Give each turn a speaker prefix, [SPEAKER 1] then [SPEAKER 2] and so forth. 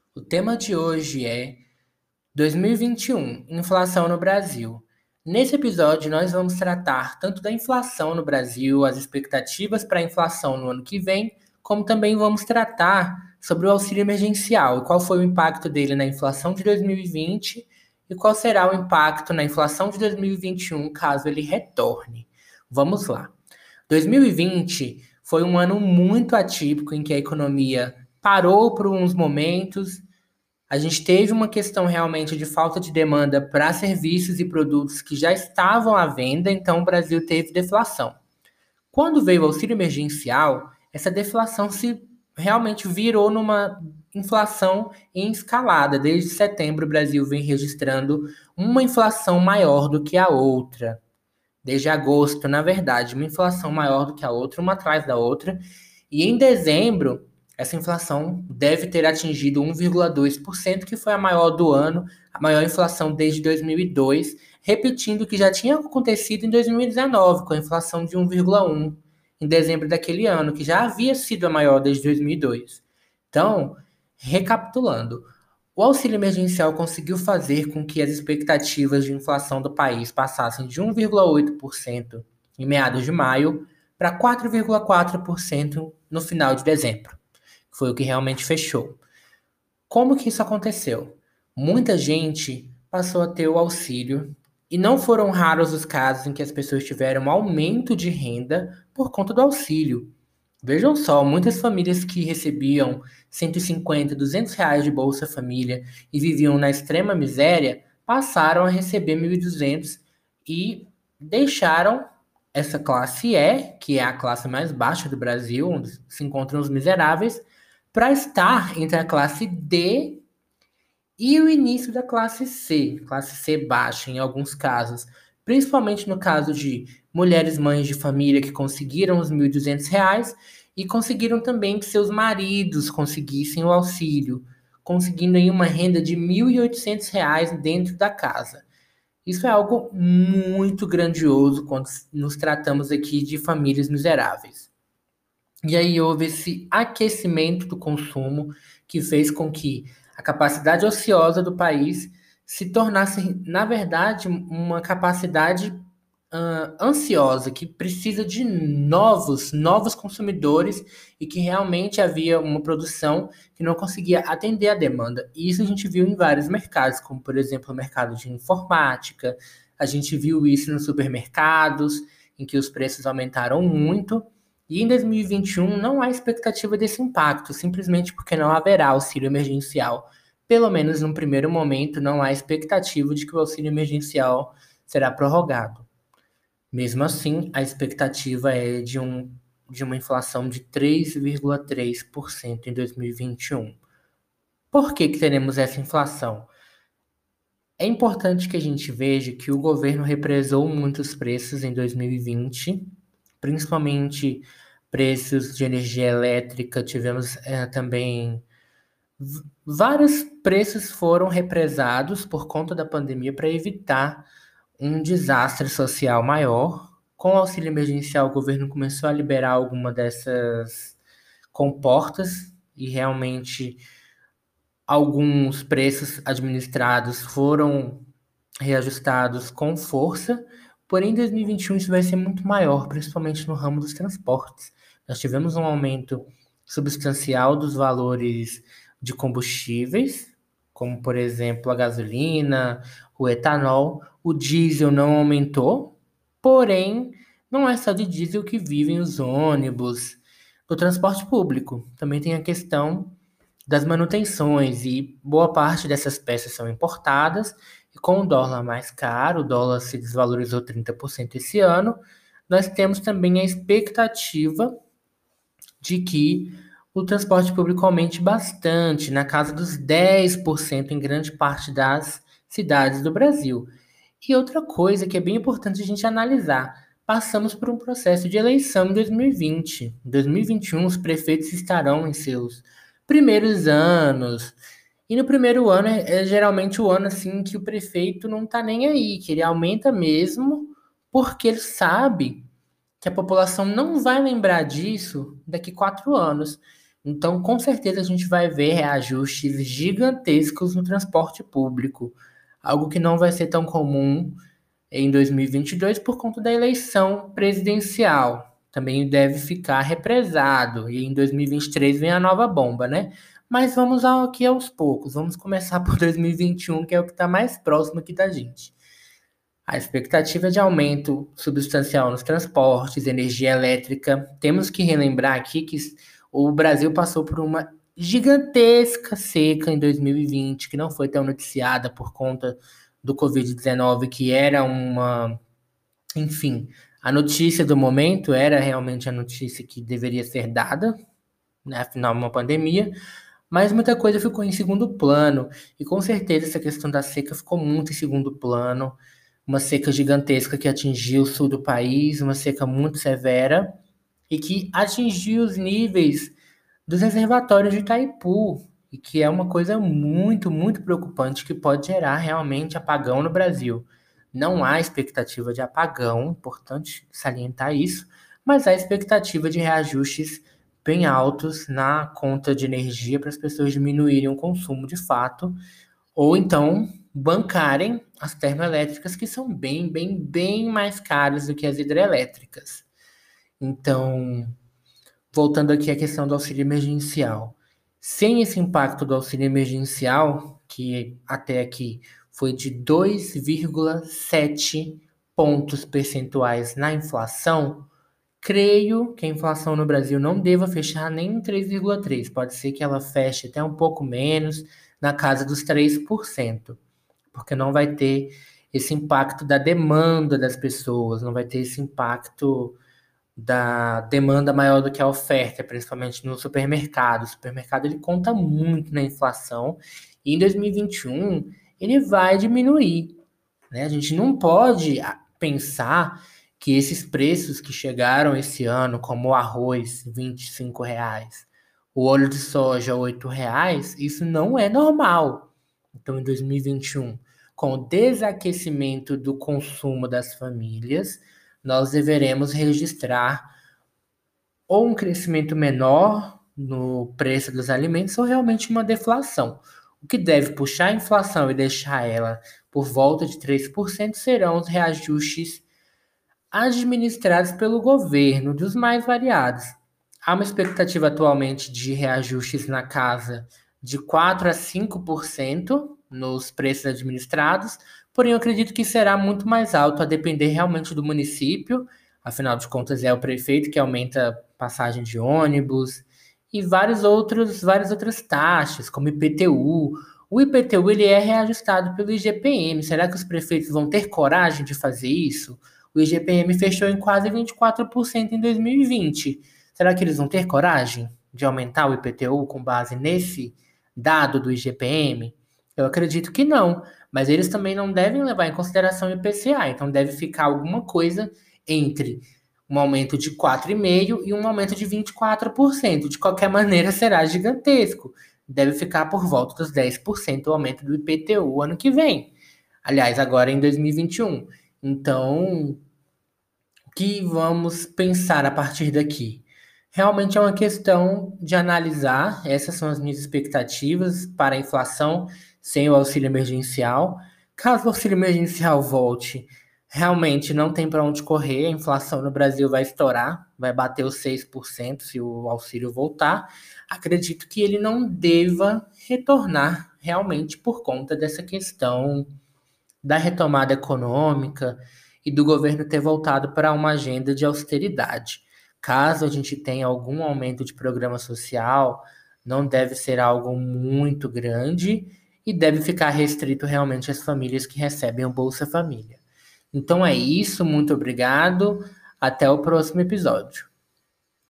[SPEAKER 1] O tema de hoje é 2021, inflação no Brasil. Nesse episódio, nós vamos tratar tanto da inflação no Brasil, as expectativas para a inflação no ano que vem, como também vamos tratar sobre o auxílio emergencial e qual foi o impacto dele na inflação de 2020 e qual será o impacto na inflação de 2021 caso ele retorne. Vamos lá. 2020 foi um ano muito atípico em que a economia parou por uns momentos. A gente teve uma questão realmente de falta de demanda para serviços e produtos que já estavam à venda, então o Brasil teve deflação. Quando veio o auxílio emergencial, essa deflação se realmente virou numa inflação em escalada. Desde setembro, o Brasil vem registrando uma inflação maior do que a outra. Desde agosto, na verdade, uma inflação maior do que a outra, uma atrás da outra. E em dezembro, essa inflação deve ter atingido 1,2%, que foi a maior do ano, a maior inflação desde 2002, repetindo o que já tinha acontecido em 2019, com a inflação de 1,1% em dezembro daquele ano, que já havia sido a maior desde 2002. Então, recapitulando, o auxílio emergencial conseguiu fazer com que as expectativas de inflação do país passassem de 1,8% em meados de maio para 4,4% no final de dezembro. Foi o que realmente fechou. Como que isso aconteceu? Muita gente passou a ter o auxílio e não foram raros os casos em que as pessoas tiveram um aumento de renda por conta do auxílio. Vejam só, muitas famílias que recebiam 150, R$ 200 de Bolsa Família e viviam na extrema miséria passaram a receber 1.200 e deixaram essa classe E, que é a classe mais baixa do Brasil, onde se encontram os miseráveis, para estar entre a classe D e o início da classe C baixa em alguns casos, principalmente no caso de mulheres mães de família que conseguiram os R$ 1.200 e conseguiram também que seus maridos conseguissem o auxílio, conseguindo aí uma renda de R$ 1.800 dentro da casa. Isso é algo muito grandioso quando nos tratamos aqui de famílias miseráveis. E aí houve esse aquecimento do consumo que fez com que a capacidade ociosa do país se tornasse, na verdade, uma capacidade ansiosa, que precisa de novos consumidores e que realmente havia uma produção que não conseguia atender a demanda. E isso a gente viu em vários mercados, como por exemplo o mercado de informática, a gente viu isso nos supermercados, em que os preços aumentaram muito. E em 2021 não há expectativa desse impacto, simplesmente porque não haverá auxílio emergencial. Pelo menos num primeiro momento, não há expectativa de que o auxílio emergencial será prorrogado. Mesmo assim, a expectativa é de uma inflação de 3,3% em 2021. Por que teremos essa inflação? É importante que a gente veja que o governo represou muitos preços em 2020, principalmente preços de energia elétrica. Tivemos também vários preços foram represados por conta da pandemia para evitar um desastre social maior. Com o auxílio emergencial, o governo começou a liberar alguma dessas comportas e realmente alguns preços administrados foram reajustados com força. Porém, em 2021 isso vai ser muito maior, principalmente no ramo dos transportes. Nós tivemos um aumento substancial dos valores de combustíveis, como por exemplo a gasolina, o etanol. O diesel não aumentou, porém, não é só de diesel que vivem os ônibus do transporte público. Também tem a questão das manutenções e boa parte dessas peças são importadas. E com o dólar mais caro, o dólar se desvalorizou 30% esse ano, nós temos também a expectativa de que o transporte público aumente bastante, na casa dos 10% em grande parte das cidades do Brasil. E outra coisa que é bem importante a gente analisar: passamos por um processo de eleição em 2020. Em 2021, os prefeitos estarão em seus primeiros anos. E no primeiro ano é geralmente o ano assim que o prefeito não tá nem aí, que ele aumenta mesmo, porque ele sabe que a população não vai lembrar disso daqui 4 anos. Então, com certeza, a gente vai ver reajustes gigantescos no transporte público, algo que não vai ser tão comum em 2022 por conta da eleição presidencial. Também deve ficar represado, e em 2023 vem a nova bomba, né? Mas vamos aqui aos poucos, vamos começar por 2021, que é o que está mais próximo aqui da gente. A expectativa de aumento substancial nos transportes, energia elétrica. Temos que relembrar aqui que o Brasil passou por uma gigantesca seca em 2020, que não foi tão noticiada por conta do Covid-19, que era uma. Enfim, a notícia do momento era realmente a notícia que deveria ser dada, né, afinal, uma pandemia, mas muita coisa ficou em segundo plano, e com certeza essa questão da seca ficou muito em segundo plano. Uma seca gigantesca que atingiu o sul do país, uma seca muito severa e que atingiu os níveis dos reservatórios de Itaipu, e que é uma coisa muito, muito preocupante que pode gerar realmente apagão no Brasil. Não há expectativa de apagão, importante salientar isso, mas há expectativa de reajustes bem altos na conta de energia para as pessoas diminuírem o consumo de fato ou então bancarem as termoelétricas que são bem, bem, bem mais caras do que as hidrelétricas. Então, voltando aqui à questão do auxílio emergencial. Sem esse impacto do auxílio emergencial, que até aqui foi de 2,7 pontos percentuais na inflação, creio que a inflação no Brasil não deva fechar nem em 3,3. Pode ser que ela feche até um pouco menos, na casa dos 3%, porque não vai ter esse impacto da demanda das pessoas, não vai ter esse impacto da demanda maior do que a oferta, principalmente no supermercado. O supermercado ele conta muito na inflação e em 2021 ele vai diminuir, né? A gente não pode pensar que esses preços que chegaram esse ano, como o arroz, R$ 25, o óleo de soja, R$ 8, isso não é normal. Então, em 2021, com o desaquecimento do consumo das famílias, nós deveremos registrar ou um crescimento menor no preço dos alimentos ou realmente uma deflação. O que deve puxar a inflação e deixar ela por volta de 3% serão os reajustes administrados pelo governo, dos mais variados. Há uma expectativa atualmente de reajustes na casa de 4 a 5% nos preços administrados, porém eu acredito que será muito mais alto a depender realmente do município. Afinal de contas, é o prefeito que aumenta passagem de ônibus e várias outras taxas, como IPTU. O IPTU ele é reajustado pelo IGPM. Será que os prefeitos vão ter coragem de fazer isso? O IGPM fechou em quase 24% em 2020. Será que eles vão ter coragem de aumentar o IPTU com base nesse dado do IGPM? Eu acredito que não, mas eles também não devem levar em consideração o IPCA, então deve ficar alguma coisa entre um aumento de 4,5% e um aumento de 24%. De qualquer maneira, será gigantesco. Deve ficar por volta dos 10% o aumento do IPTU ano que vem. Aliás, agora em 2021. Então, o que vamos pensar a partir daqui? Realmente é uma questão de analisar. Essas são as minhas expectativas para a inflação sem o auxílio emergencial. Caso o auxílio emergencial volte, realmente não tem para onde correr. A inflação no Brasil vai estourar, vai bater os 6% se o auxílio voltar. Acredito que ele não deva retornar realmente por conta dessa questão da retomada econômica e do governo ter voltado para uma agenda de austeridade. Caso a gente tenha algum aumento de programa social, não deve ser algo muito grande e deve ficar restrito realmente às famílias que recebem o Bolsa Família. Então é isso, muito obrigado, até o próximo episódio.